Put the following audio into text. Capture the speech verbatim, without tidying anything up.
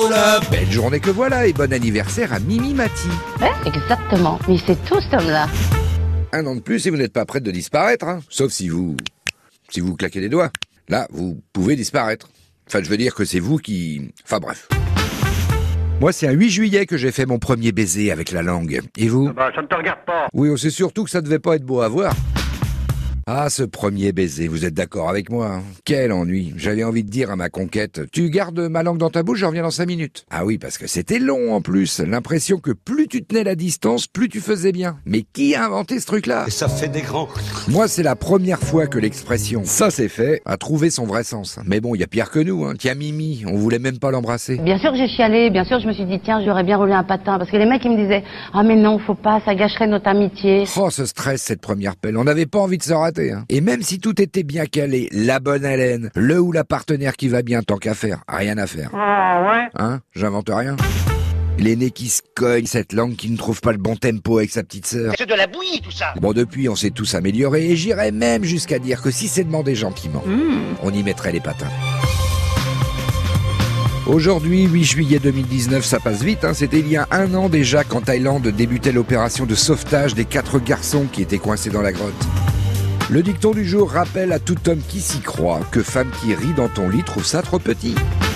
Olympe. Belle journée que voilà et bon anniversaire à Mimi Mati. Ouais, exactement. Mais c'est tout cet homme-là. Un an de plus et vous n'êtes pas prête de disparaître, hein. Sauf si vous... si vous claquez des doigts. Là, vous pouvez disparaître. Enfin, je veux dire que c'est vous qui... Enfin bref. Moi, c'est un huit juillet que j'ai fait mon premier baiser avec la langue. Et vous? Bah, ça ne te regarde pas. Oui, c'est surtout que ça devait pas être beau à voir. Ah, ce premier baiser, vous êtes d'accord avec moi, hein? Quel ennui. J'avais envie de dire à ma conquête, tu gardes ma langue dans ta bouche, je reviens dans cinq minutes. Ah oui, parce que c'était long en plus. L'impression que plus tu tenais la distance, plus tu faisais bien. Mais qui a inventé ce truc-là? Et ça fait des grands. Moi, c'est la première fois que l'expression « ça c'est fait » a trouvé son vrai sens. Mais bon, il y a pire que nous, hein. Tiens Mimi, on voulait même pas l'embrasser. Bien sûr que j'ai chialé, bien sûr je me suis dit tiens j'aurais bien roulé un patin parce que les mecs ils me disaient ah mais non faut pas, ça gâcherait notre amitié. Oh ce stress cette première pelle, on n'avait pas envie de se rater, hein. Et même si tout était bien calé, la bonne haleine, le ou la partenaire qui va bien tant qu'à faire, rien à faire. Ah ouais. Hein? J'invente rien. Les nez qui se cognent, cette langue qui ne trouve pas le bon tempo avec sa petite sœur. C'est de la bouillie tout ça. Bon, depuis, on s'est tous améliorés et j'irais même jusqu'à dire que si c'est demandé gentiment, Mmh. on y mettrait les patins. Aujourd'hui, huit juillet deux mille dix-neuf, ça passe vite, hein. C'était il y a un an déjà qu'en Thaïlande débutait l'opération de sauvetage des quatre garçons qui étaient coincés dans la grotte. Le dicton du jour rappelle à tout homme qui s'y croit que femme qui rit dans ton lit trouve ça trop petit.